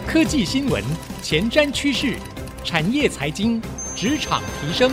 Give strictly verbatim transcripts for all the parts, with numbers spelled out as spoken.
科技新闻、前瞻趋势、产业财经、职场提升，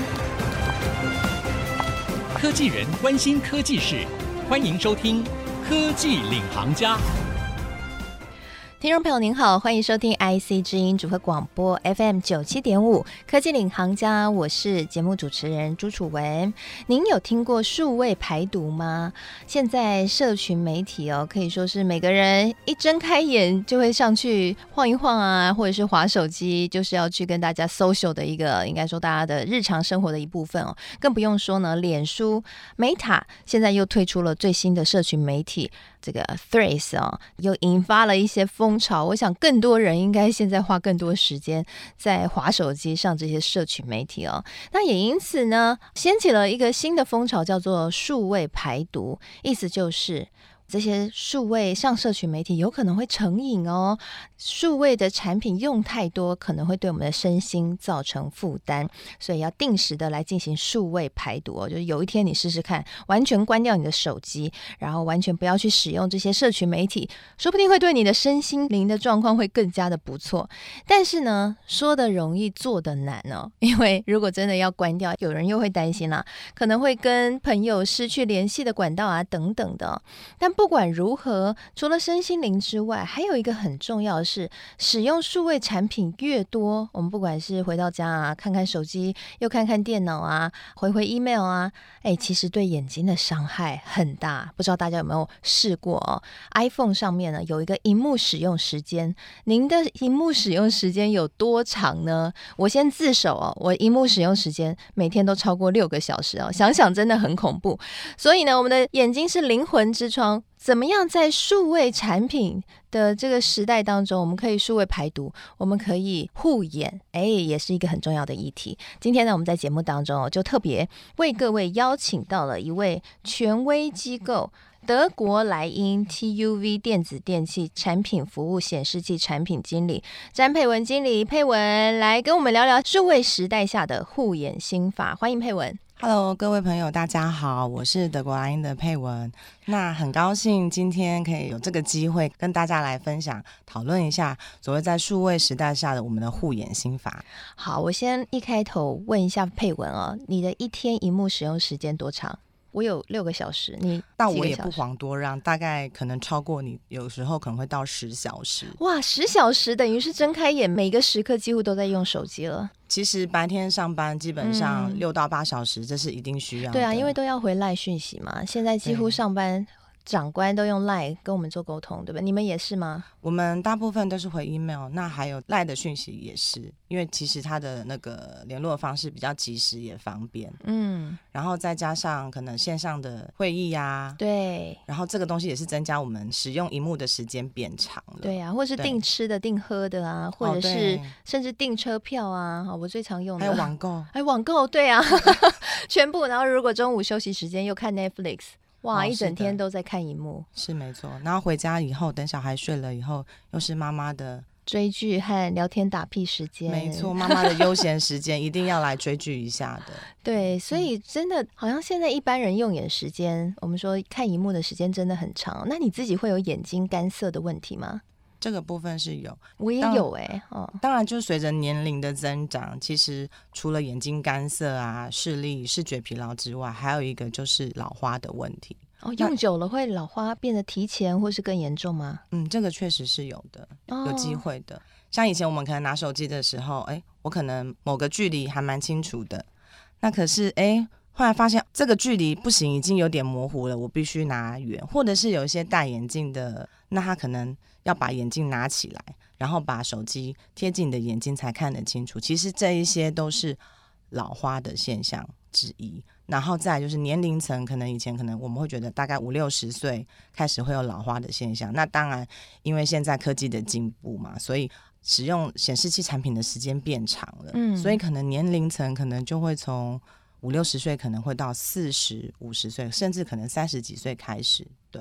科技人关心科技事，欢迎收听《科技领航家》。 听众朋友您好，欢迎收听 I C 之音主客广播 F M 九七点五科技领航家，我是节目主持人朱楚文。您有听过数位排毒吗？现在社群媒体哦，可以说是每个人一睁开眼就会上去晃一晃啊，或者是滑手机，就是要去跟大家 social 的一个，应该说大家的日常生活的一部分哦。更不用说呢，脸书 Meta 现在又推出了最新的社群媒体。这个 Threads 哦，又引发了一些风潮。我想更多人应该现在花更多时间在滑手机上这些社群媒体哦。那也因此呢，掀起了一个新的风潮，叫做数位排毒，意思就是这些数位上社群媒体有可能会成瘾哦，数位的产品用太多可能会对我们的身心造成负担，所以要定时的来进行数位排毒哦。就是有一天你试试看，完全关掉你的手机，然后完全不要去使用这些社群媒体，说不定会对你的身心灵的状况会更加的不错。但是呢，说的容易做的难哦，因为如果真的要关掉，有人又会担心啦，可能会跟朋友失去联系的管道啊等等的哦。但不管如何，除了身心灵之外，还有一个很重要的是，使用数位产品越多，我们不管是回到家啊，看看手机，又看看电脑啊，回回 email 啊，哎，其实对眼睛的伤害很大。不知道大家有没有试过哦 ？iPhone 上面呢有一个萤幕使用时间，您的萤幕使用时间有多长呢？我先自首哦，我萤幕使用时间每天都超过六个小时哦，想想真的很恐怖。所以呢，我们的眼睛是灵魂之窗。怎么样在数位产品的这个时代当中，我们可以数位排毒，我们可以护眼，哎，也是一个很重要的议题。今天呢，我们在节目当中就特别为各位邀请到了一位权威机构德国莱茵 T U V 电子电器产品服务显示器产品经理詹佩文经理，佩文来跟我们聊聊数位时代下的护眼心法。欢迎佩文。 Hello， 各位朋友，大家好，我是德国莱茵的佩文。那很高兴今天可以有这个机会跟大家来分享、讨论一下所谓在数位时代下的我们的护眼心法。 好，我先一开头问一下佩文哦，你的一天萤幕使用时间多长？我有六个小时，你但我也不遑多让，大概可能超过你，有时候可能会到十小时。 哇，十小时等于是睁开眼，每个时刻几乎都在用手机了。 其实白天上班基本上六到八小时，这是一定需要的。 对啊，因为都要回赖讯息嘛。现在几乎上班长官都用 LINE 跟我们做沟通，对吧？你们也是吗？ 我们大部分都是回 email， 那还有 LINE 的讯息也是，因为其实它的那个联络方式比较及时也方便。嗯，然后再加上可能线上的会议啊， 对， 然后这个东西也是增加我们使用萤幕的时间变长了。 对啊，或是订吃的、订喝的啊，或者是甚至订车票啊，我最常用的。 还有网购， 哎，网购，对啊，全部。然后如果中午休息时间又看 Netflix。哇、哦，一整天都在看萤幕， 是没错。然后回家以后，等小孩睡了以后，又是妈妈的追剧和聊天打屁时间。 没错，妈妈的悠闲时间一定要来追剧一下的。 对，所以真的好像现在一般人用眼时间，我们说看萤幕的时间真的很长。那你自己会有眼睛干涩的问题吗？ 这个部分是有， 我也有哎、欸哦， 当然就是随着年龄的增长，其实除了眼睛干涩啊、视力、视觉疲劳之外，还有一个就是老花的问题。 哦，用久了会老花变得提前或是更严重吗？ 嗯，这个确实是有的， 哦、 有机会的。像以前我们可能拿手机的时候，哎，我可能某个距离还蛮清楚的，那可是哎。后来发现这个距离不行，已经有点模糊了，我必须拿远，或者是有一些戴眼镜的，那他可能要把眼镜拿起来，然后把手机贴近你的眼睛才看得清楚。其实这一些都是老花的现象之一。然后再来就是年龄层，可能以前可能我们会觉得大概五六十岁开始会有老花的现象。那当然，因为现在科技的进步嘛，所以使用显示器产品的时间变长了，嗯，所以可能年龄层可能就会从五六十岁可能会到四十五十岁，甚至可能三十几岁开始。对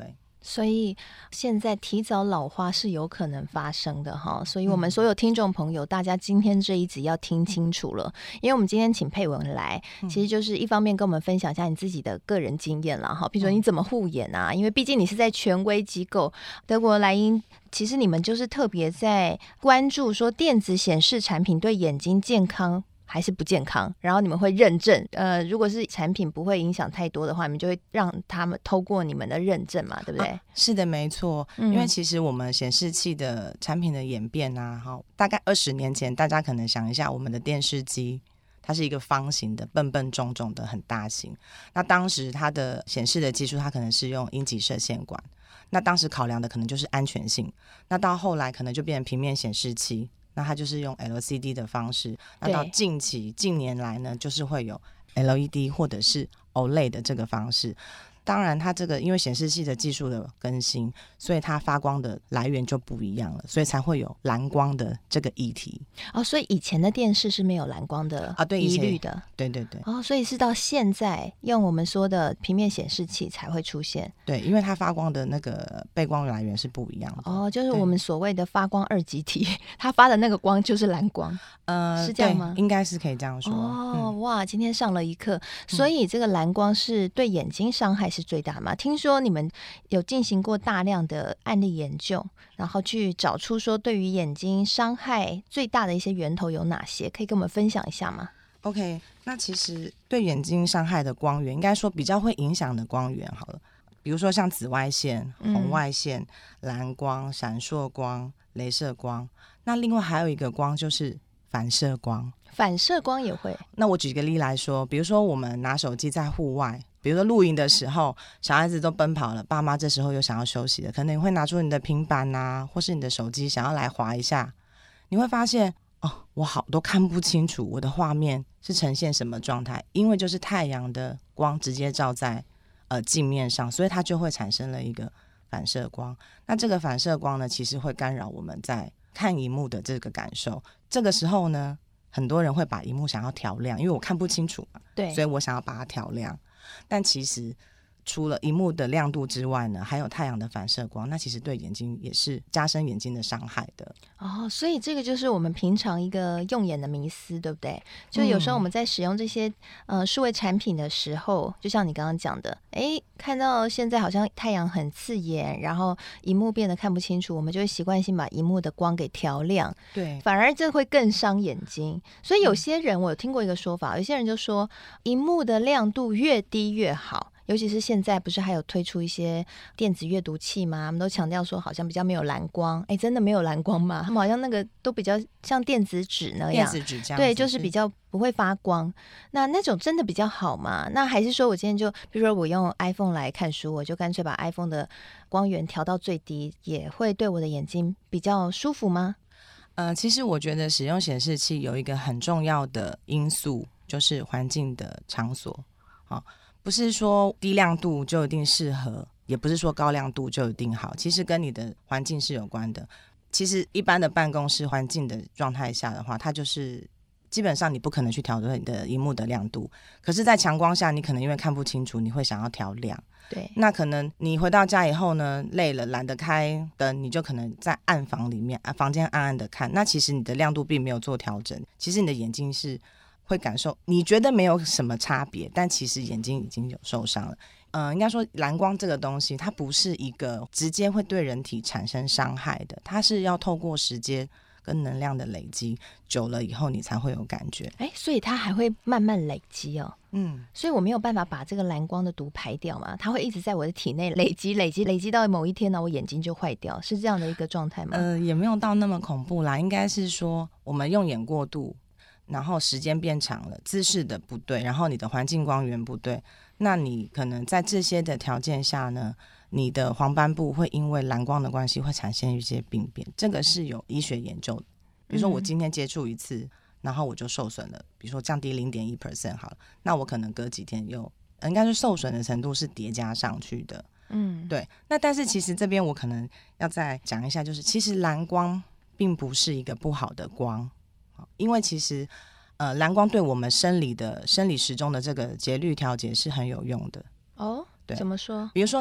所以现在提早老花是有可能发生的哈，所以我们所有听众朋友，大家今天这一集要听清楚了，因为我们今天请佩文来，其实就是一方面跟我们分享一下你自己的个人经验啦哈，比如说你怎么护眼啊，因为毕竟你是在权威机构德国莱茵，其实你们就是特别在关注说电子显示产品对眼睛健康还是不健康，然后你们会认证，呃，如果是产品不会影响太多的话，你们就会让他们透过你们的认证嘛，对不对？啊、 是的，没错、嗯。因为其实我们显示器的产品的演变啊，大概二十年前，大家可能想一下，我们的电视机它是一个方形的、笨笨重重的、很大型。那当时它的显示的技术，它可能是用阴极射线管，那当时考量的可能就是安全性。那到后来可能就变成平面显示器。那它就是用 L C D 的方式，那到近期近年来呢，就是会有 L E D 或者是 O L E D 的这个方式。当然它这个因为显示器的技术的更新，所以它发光的来源就不一样了，所以才会有蓝光的这个议题。 哦，所以以前的电视是没有蓝光的疑虑的、啊、 对对对。 哦，所以是到现在用我们说的平面显示器才会出现。 对，因为它发光的那个背光来源是不一样的。 哦，就是我们所谓的发光二极体，它发的那个光就是蓝光。呃，是这样吗？ 应该是可以这样说。 哦、嗯，哇，今天上了一课。所以这个蓝光是对眼睛伤害是最大嘛？听说你们有进行过大量的案例研究，然后去找出说对于眼睛伤害最大的一些源头有哪些，可以跟我们分享一下吗？ OK， 那其实对眼睛伤害的光源，应该说比较会影响的光源好了，比如说像紫外线、红外线、嗯、蓝光、闪烁光、雷射光。那另外还有一个光就是反射光。 反射光也会？ 那我举个例来说，比如说我们拿手机在户外，比如说露营的时候，小孩子都奔跑了，爸妈这时候又想要休息了，可能你会拿出你的平板啊，或是你的手机想要来滑一下，你会发现哦，我好都看不清楚我的画面是呈现什么状态，因为就是太阳的光直接照在呃镜面上，所以它就会产生了一个反射光。那这个反射光呢，其实会干扰我们在看萤幕的这个感受。这个时候呢，很多人会把萤幕想要调亮，因为我看不清楚嘛，对，所以我想要把它调亮。但其实除了萤幕的亮度之外呢，还有太阳的反射光，那其实对眼睛也是加深眼睛的伤害的。 哦，所以这个就是我们平常一个用眼的迷思，对不对？就有时候我们在使用这些、嗯、呃数位产品的时候，就像你刚刚讲的，哎，看到现在好像太阳很刺眼，然后萤幕变得看不清楚，我们就会习惯性把萤幕的光给调亮， 对， 反而这会更伤眼睛。所以有些人、嗯、我有听过一个说法，有些人就说萤幕的亮度越低越好，尤其是现在不是还有推出一些电子阅读器吗？他们都强调说好像比较没有蓝光，哎，真的没有蓝光吗？他们好像那个都比较像电子纸那样， 电子纸这样子， 对，就是比较不会发光。那那种真的比较好吗？那还是说我今天就比如说我用 iPhone 来看书，我就干脆把 iPhone 的光源调到最低，也会对我的眼睛比较舒服吗？ 呃，其实我觉得使用显示器有一个很重要的因素，就是环境的场所。好，不是说低亮度就一定适合，也不是说高亮度就一定好，其实跟你的环境是有关的。其实一般的办公室环境的状态下的话，它就是基本上你不可能去调整你的萤幕的亮度，可是在强光下你可能因为看不清楚，你会想要调亮。 对， 那可能你回到家以后呢，累了懒得开灯，你就可能在暗房里面房间暗暗的看，那其实你的亮度并没有做调整，其实你的眼睛是会感受，你觉得没有什么差别，但其实眼睛已经有受伤了。呃，应该说蓝光这个东西，它不是一个直接会对人体产生伤害的，它是要透过时间跟能量的累积，久了以后你才会有感觉。 哎，所以它还会慢慢累积哦。 嗯， 所以我没有办法把这个蓝光的毒排掉嘛，它会一直在我的体内累积累积累积到某一天呢，我眼睛就坏掉，是这样的一个状态吗？ 呃，也没有到那么恐怖啦，应该是说我们用眼过度，然后时间变长了，姿势的不对，然后你的环境光源不对，那你可能在这些的条件下呢，你的黄斑部会因为蓝光的关系会产生一些病变，这个是有医学研究的。比如说我今天接触一次、嗯、然后我就受损了，比如说降低 零点一 percent 好了，那我可能隔几天又应该是受损的程度是叠加上去的。嗯，对。那但是其实这边我可能要再讲一下，就是其实蓝光并不是一个不好的光，因为其实呃蓝光对我们生理的生理时钟的这个节律调节是很有用的。 哦，对，怎么说？ 比如说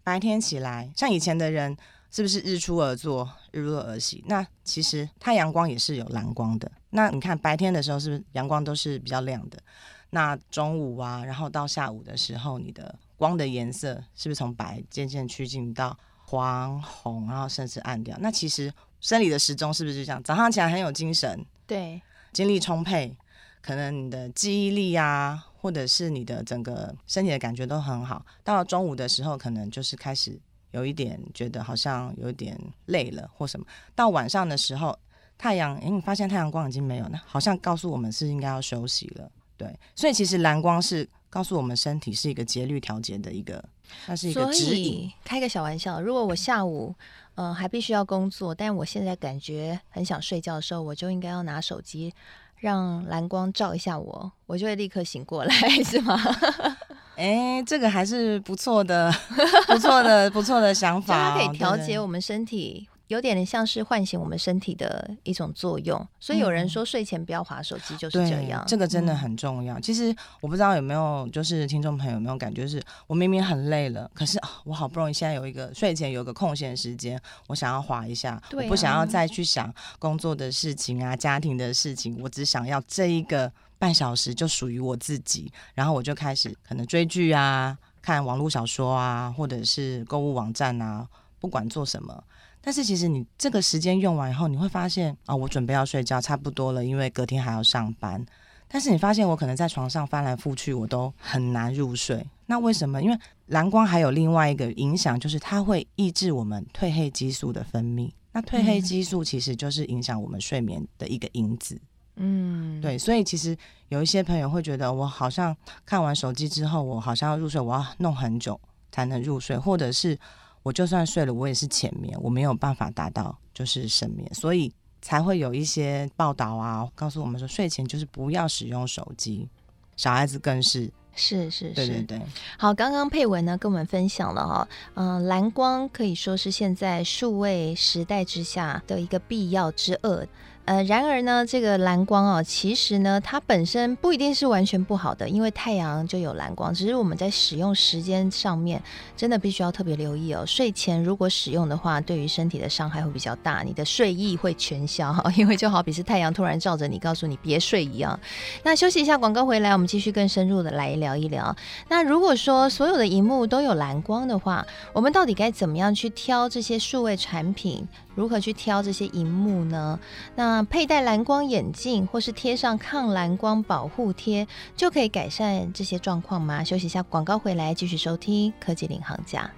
白天起来，像以前的人是不是日出而作日落而息，那其实太阳光也是有蓝光的。那你看白天的时候是不是阳光都是比较亮的，那中午啊然后到下午的时候，你的光的颜色是不是从白渐渐趋近到黄红，然后甚至暗掉。那其实生理的时钟是不是就这样，早上起来很有精神， 对， 精力充沛，可能你的记忆力啊或者是你的整个身体的感觉都很好，到了中午的时候可能就是开始有一点觉得好像有点累了或什么，到晚上的时候太阳，诶，你发现太阳光已经没有，那好像告诉我们是应该要休息了。对，所以其实蓝光是告诉我们身体是一个节律调节的一个，它是一个指引。 所以开个小玩笑，如果我下午呃还必须要工作，但我现在感觉很想睡觉的时候，我就应该要拿手机让蓝光照一下我，我就会立刻醒过来，是吗？ 哎，这个还是不错的，不错的，不错的想法、哦。 就它可以调节我们身体，有点像是唤醒我们身体的一种作用。所以有人说睡前不要滑手机，就是这样。 这个真的很重要、嗯。其实我不知道有没有，就是听众朋友有没有感觉，就是我明明很累了，可是、哦、我好不容易现在有一个睡前有一个空闲时间，我想要滑一下、啊，我不想要再去想工作的事情啊、家庭的事情，我只想要这一个半小时就属于我自己，然后我就开始可能追剧啊、看网络小说啊，或者是购物网站啊，不管做什么。但是其实你这个时间用完以后，你会发现啊、哦，我准备要睡觉差不多了，因为隔天还要上班。但是你发现我可能在床上翻来覆去，我都很难入睡。那为什么？因为蓝光还有另外一个影响，就是它会抑制我们褪黑激素的分泌。那褪黑激素其实就是影响我们睡眠的一个因子。嗯，对，所以其实有一些朋友会觉得，我好像看完手机之后，我好像要入睡，我要弄很久才能入睡，或者是我就算睡了，我也是浅眠，我没有办法达到就是深眠，所以才会有一些报道啊，告诉我们说睡前就是不要使用手机，小孩子更是。 是是是， 对对对。 好，刚刚佩文呢跟我们分享了哈、哦，呃，蓝光可以说是现在数位时代之下的一个必要之恶。呃，然而呢，这个蓝光哦，其实呢，它本身不一定是完全不好的，因为太阳就有蓝光，只是我们在使用时间上面真的必须要特别留意哦。睡前如果使用的话，对于身体的伤害会比较大，你的睡意会全消，因为就好比是太阳突然照着你，告诉你别睡一样。那休息一下，广告回来，我们继续更深入的来聊一聊。那如果说所有的萤幕都有蓝光的话，我们到底该怎么样去挑这些数位产品？如何去挑这些萤幕呢？那佩戴蓝光眼镜或是贴上抗蓝光保护贴就可以改善这些状况吗？休息一下，广告回来继续收听科技领航家。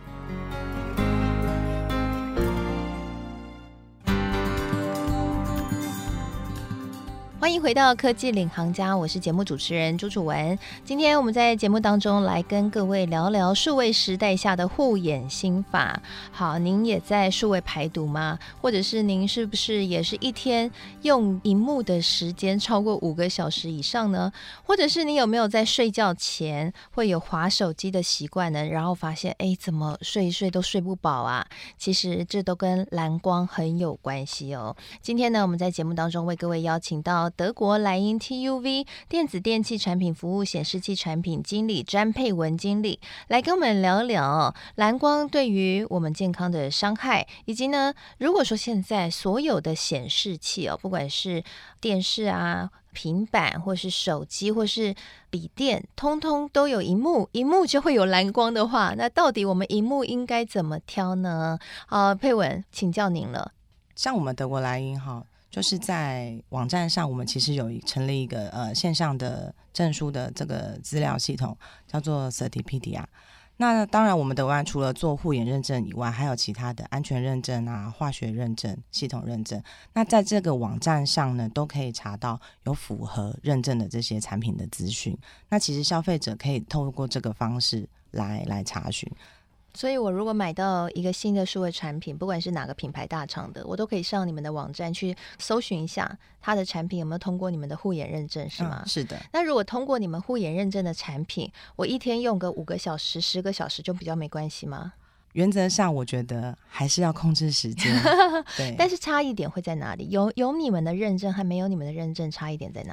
欢迎回到科技领航家，我是节目主持人朱楚文。今天我们在节目当中来跟各位聊聊数位时代下的护眼心法。好，您也在数位排毒吗？或者是您是不是也是一天用萤幕的时间超过五个小时以上呢？或者是你有没有在睡觉前会有滑手机的习惯呢？然后发现哎，怎么睡一睡都睡不饱啊？其实这都跟蓝光很有关系哦。今天呢，我们在节目当中为各位邀请到德国莱茵 T U V 电子电器产品服务显示器产品经理詹佩文经理来跟我们聊聊、哦、蓝光对于我们健康的伤害，以及呢，如果说现在所有的显示器哦，不管是电视啊、平板或是手机或是笔电，通通都有萤幕，萤幕就会有蓝光的话，那到底我们萤幕应该怎么挑呢？好，佩文，请教您了。 像我们德国莱茵哈，就是在网站上，我们其实有成立一个呃线上的证书的这个资料系统，叫做 Certipedia。那当然，我们德国除了做护眼认证以外，还有其他的安全认证啊、化学认证、系统认证。那在这个网站上呢，都可以查到有符合认证的这些产品的资讯。那其实消费者可以透过这个方式来来查询。 所以我如果买到一个新的数位产品，不管是哪个品牌大厂的，我都可以上你们的网站去搜寻一下它的产品有没有通过你们的护眼认证，是吗？ 嗯、是的。 那如果通过你们护眼认证的产品，我一天用个五个小时、十个小时就比较没关系吗？ 原则上我觉得还是要控制时间对， 但是差异点会在哪里？有有你们的认证和没有你们的认证差异点在哪里？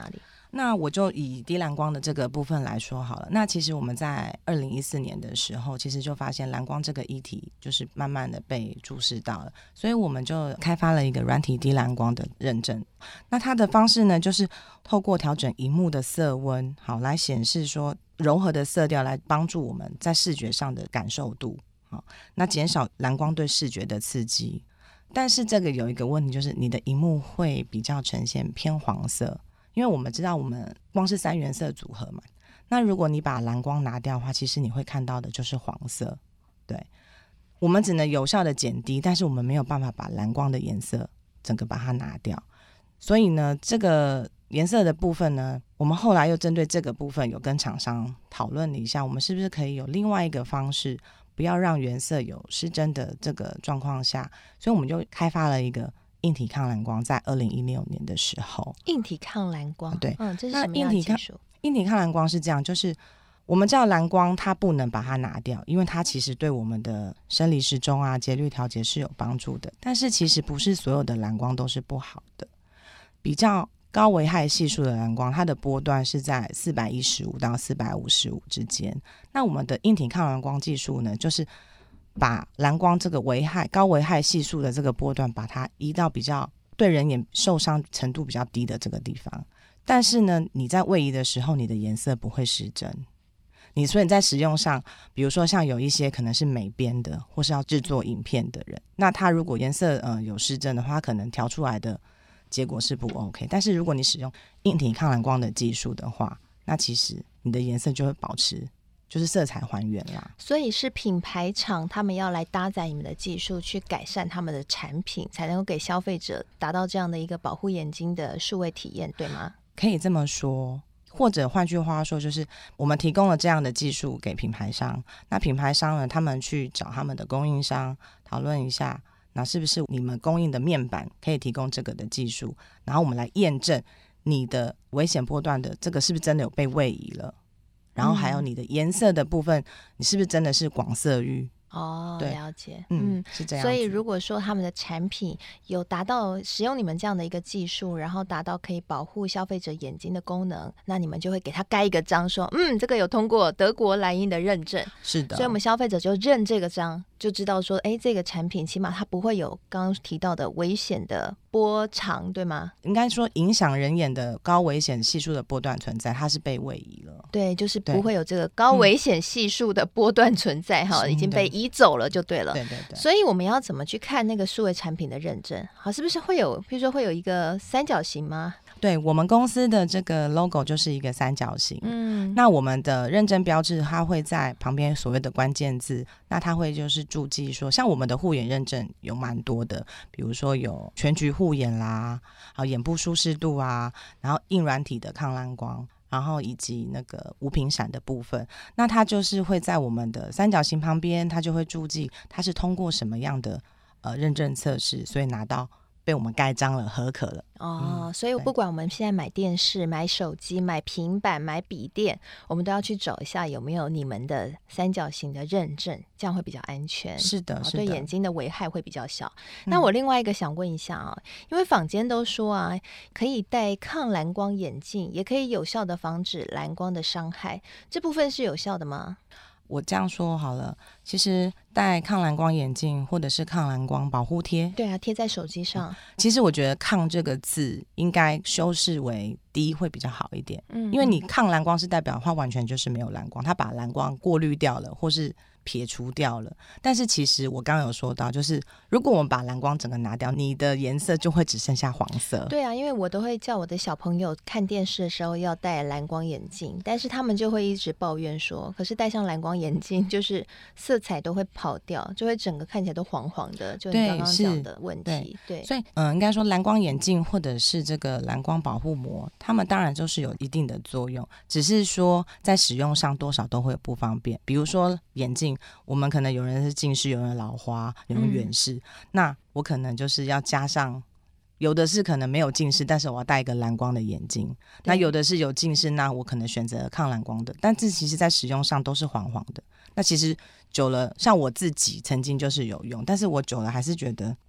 那我就以低蓝光的这个部分来说好了。那其实我们在二零一四年的时候，其实就发现蓝光这个议题就是慢慢的被注视到了，所以我们就开发了一个软体低蓝光的认证。那它的方式呢，就是透过调整萤幕的色温，好来显示说柔和的色调，来帮助我们在视觉上的感受度，好，那减少蓝光对视觉的刺激。但是这个有一个问题，就是你的萤幕会比较呈现偏黄色。因为我们知道我们光是三原色组合嘛，那如果你把蓝光拿掉的话，其实你会看到的就是黄色。对，我们只能有效的减低，但是我们没有办法把蓝光的颜色整个把它拿掉。所以呢，这个颜色的部分呢，我们后来又针对这个部分有跟厂商讨论了一下，我们是不是可以有另外一个方式，不要让原色有失真的这个状况下，所以我们就开发了一个硬体抗蓝光，在二零一六年的时候。 硬体抗蓝光， 对， 嗯，这是什么样的技术？ 硬体抗蓝光是这样，就是我们知道蓝光它不能把它拿掉，因为它其实对我们的生理时钟啊、节律调节是有帮助的，但是其实不是所有的蓝光都是不好的。比较高危害系数的蓝光，它的波段是在四百一十五到四百五十五之间。那我们的硬体抗蓝光技术呢，就是把蓝光这个危害高危害系数的这个波段，把它移到比较对人眼受伤程度比较低的这个地方。但是呢，你在位移的时候，你的颜色不会失真。你所以在使用上，比如说像有一些可能是美编的，或是要制作影片的人，那他如果颜色呃有失真的话，可能调出来的结果是不 OK。但是如果你使用硬体抗蓝光的技术的话，那其实你的颜色就会保持就是色彩还原啦。 所以是品牌厂他们要来搭载你们的技术，去改善他们的产品，才能够给消费者达到这样的一个保护眼睛的数位体验，对吗？ 可以这么说，或者换句话说，就是我们提供了这样的技术给品牌商，那品牌商呢，他们去找他们的供应商讨论一下，那是不是你们供应的面板可以提供这个的技术，然后我们来验证你的危险波段的这个是不是真的有被位移了，然后还有你的颜色的部分，你是不是真的是广色域。 哦，了解， 嗯，是这样子。 所以如果说他们的产品有达到使用你们这样的一个技术，然后达到可以保护消费者眼睛的功能，那你们就会给他盖一个章说，嗯，这个有通过德国莱茵的认证。 是的， 所以我们消费者就认这个章，就知道说，哎，这个产品起码它不会有刚刚提到的危险的波长，对吗？ 应该说影响人眼的高危险系数的波段存在，它是被位移了。 对，就是不会有这个高危险系数的波段存在哈、嗯，已经被移走了就对了。 对对对。 所以我们要怎么去看那个数位产品的认证？好，是不是会有，比如说会有一个三角形吗？ 对，我们公司的这个 logo 就是一个三角形。嗯，那我们的认证标志它会在旁边所谓的关键字，那它会就是注记说，像我们的护眼认证有蛮多的，比如说有全局护眼啦，好眼部舒适度啊，然后硬软体的抗蓝光，然后以及那个无频闪的部分，那它就是会在我们的三角形旁边，它就会注记它是通过什么样的呃认证测试，所以拿到被我们盖章了，合可了。 哦、嗯，所以不管我们现在买电视、买手机、买平板、买笔电，我们都要去找一下有没有你们的三角形的认证，这样会比较安全。 是的，是的， 对眼睛的危害会比较小。嗯、那我另外一个想问一下啊，因为坊间都说啊，可以戴抗蓝光眼镜，也可以有效的防止蓝光的伤害，这部分是有效的吗？ 我这样说好了，其实戴抗蓝光眼镜或者是抗蓝光保护贴， 对啊，贴在手机上。 其实我觉得抗这个字应该修饰为低会比较好一点，嗯，因为你抗蓝光是代表它完全就是没有蓝光，它把蓝光过滤掉了，或是撇除掉了。但是其实我刚刚有说到，就是如果我们把蓝光整个拿掉，你的颜色就会只剩下黄色。 对啊，因为我都会叫我的小朋友看电视的时候要戴蓝光眼镜，但是他们就会一直抱怨说，可是戴上蓝光眼镜就是色彩都会跑掉，就会整个看起来都黄黄的，就你刚刚讲的问题。对， 对，所以嗯，应该说蓝光眼镜或者是这个蓝光保护膜，它们当然就是有一定的作用，只是说在使用上多少都会有不方便。比如说眼镜，我们可能有人是近视，有人老花，有人远视、嗯、那我可能就是要加上，有的是可能没有近视，但是我要戴一个蓝光的眼镜，那有的是有近视，那我可能选择抗蓝光的，但这其实在使用上都是黄黄的。那其实久了，像我自己曾经就是有用，但是我久了还是觉得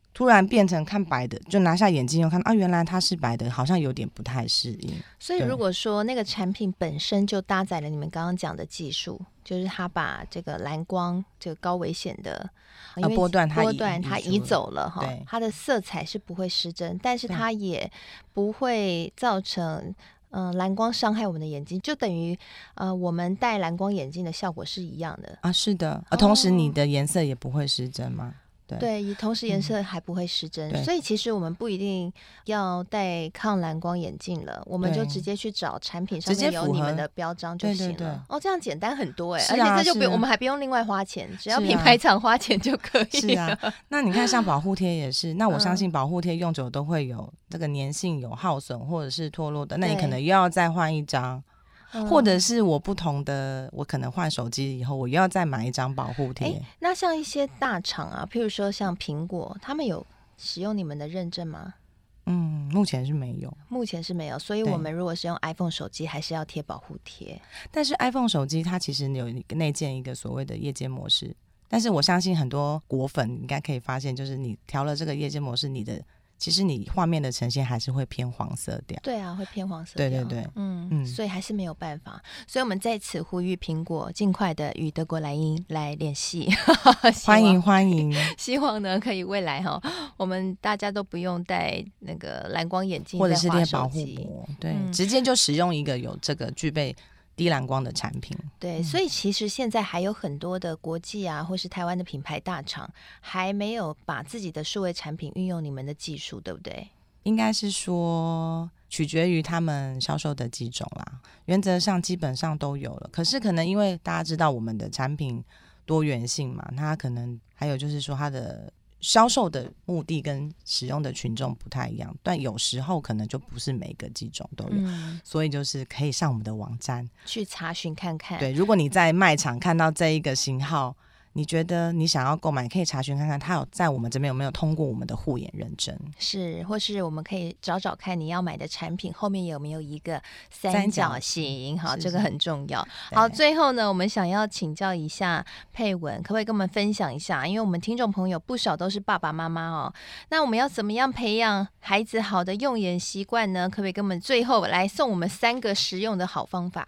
突然变成看白的，就拿下眼镜又看啊，原来它是白的，好像有点不太适应。 所以如果说那个产品本身就搭载了你们刚刚讲的技术，就是它把这个蓝光这个高危险的呃波段它波段它移走了哈， 对， 它的色彩是不会失真，但是它也不会造成呃蓝光伤害我们的眼睛，就等于呃我们戴蓝光眼镜的效果是一样的啊，是的，而同时你的颜色也不会失真嘛。对, 对，同时颜色还不会失真、嗯、所以其实我们不一定要戴抗蓝光眼镜了，我们就直接去找产品上面有你们的标章就行了。对对对，哦，这样简单很多哎、欸啊，而且这就不用、啊、我们还不用另外花钱，只要品牌厂花钱就可以了。 是啊，那你看像保护贴也是，那我相信保护贴用久都会有这个粘性有耗损或者是脱落的，那你可能又要再换一张。嗯、或者是我不同的，我可能换手机以后，我又要再买一张保护贴。 那像一些大厂啊，譬如说像苹果，他们有使用你们的认证吗？ 嗯，目前是没有， 目前是没有，所以我们如果是用 iPhone 手机，还是要贴保护贴。 但是 iPhone 手机它其实有内建一个所谓的夜间模式，但是我相信很多果粉应该可以发现，就是你调了这个夜间模式，你的其实你画面的呈现还是会偏黄色调。 对啊，会偏黄色调。 对对对， 嗯嗯，所以还是没有办法。所以我们在此呼吁苹果尽快的与德国莱茵来联系， 欢迎欢迎。 希望呢可以未来哈，我们大家都不用戴那个蓝光眼镜， 或者是戴保护膜，对、嗯，直接就使用一个有这个具备低蓝光的产品。 对、嗯，所以其实现在还有很多的国际啊，或是台湾的品牌大厂还没有把自己的数位产品运用你们的技术，对不对？ 应该是说取决于他们销售的几种啦，原则上基本上都有了，可是可能因为大家知道我们的产品多元性嘛，它可能还有就是说它的销售的目的跟使用的群众不太一样，但有时候可能就不是每个机种都有、嗯、所以就是可以上我们的网站去查询看看。 对，如果你在卖场看到这一个型号，你觉得你想要购买，可以查询看看它有在我们这边有没有通过我们的护眼认证， 是，或是我们可以找找看你要买的产品后面有没有一个三角形，好，这个很重要。好，最后呢，我们想要请教一下佩文，可不可以跟我们分享一下？因为我们听众朋友不少都是爸爸妈妈哦，那我们要怎么样培养孩子好的用眼习惯呢？可不可以跟我们最后来送我们三个实用的好方法？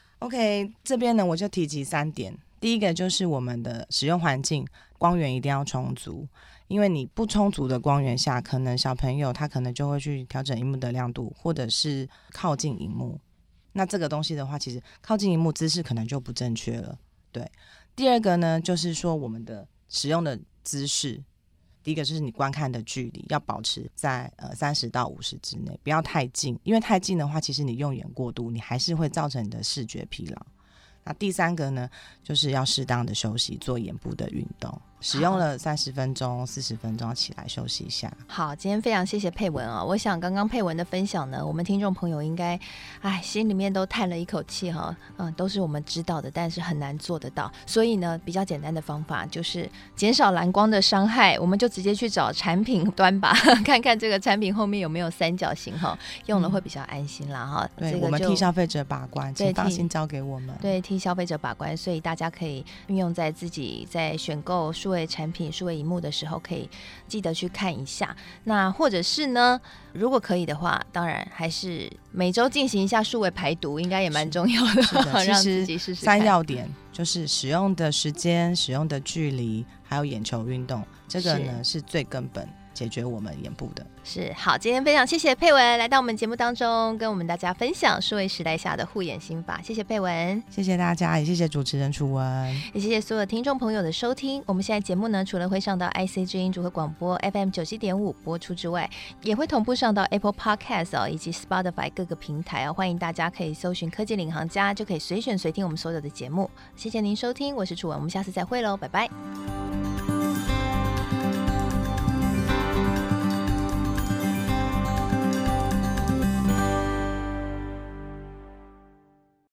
OK， 这边呢我就提及三点。第一个就是我们的使用环境光源一定要充足，因为你不充足的光源下，可能小朋友他可能就会去调整萤幕的亮度，或者是靠近萤幕，那这个东西的话，其实靠近萤幕姿势可能就不正确了。对，第二个呢就是说我们的使用的姿势，第一个就是你观看的距离要保持在呃三十到五十之内，不要太近，因为太近的话，其实你用眼过度，你还是会造成你的视觉疲劳。那第三个呢，就是要适当的休息，做眼部的运动，使用了三十分钟、四十分钟要起来休息一下。 好，今天非常谢谢佩文啊、哦！我想刚刚佩文的分享呢，我们听众朋友应该，哎，心里面都叹了一口气哈、哦。嗯，都是我们知道的，但是很难做得到。所以呢，比较简单的方法就是减少蓝光的伤害，我们就直接去找产品端吧，看看这个产品后面有没有三角形哈，用了会比较安心啦哈、 嗯。对、 这个， 我们替消费者把关，请放心交给我们。 对，替消费者把关，所以大家可以运用在自己在选购数位产品、数位萤幕的时候，可以记得去看一下。那或者是呢，如果可以的话，当然还是每周进行一下数位排毒，应该也蛮重要的。 是的， 让自己试试看。 三要点就是使用的时间、使用的距离，还有眼球运动，这个呢 是, 是最根本解决我们眼部的。 是，好，今天非常谢谢佩文来到我们节目当中，跟我们大家分享数位时代下的护眼心法。谢谢佩文， 谢谢大家，也谢谢主持人楚文， 也谢谢所有听众朋友的收听。我们现在节目呢，除了会上到 I C 之音组合广播 F M 九十七点五 播出之外，也会同步上到 Apple Podcast 哦，以及 Spotify 各个平台哦。欢迎大家可以搜寻科技领航家，就可以随选随听我们所有的节目。谢谢您收听，我是楚文，我们下次再会喽，拜拜。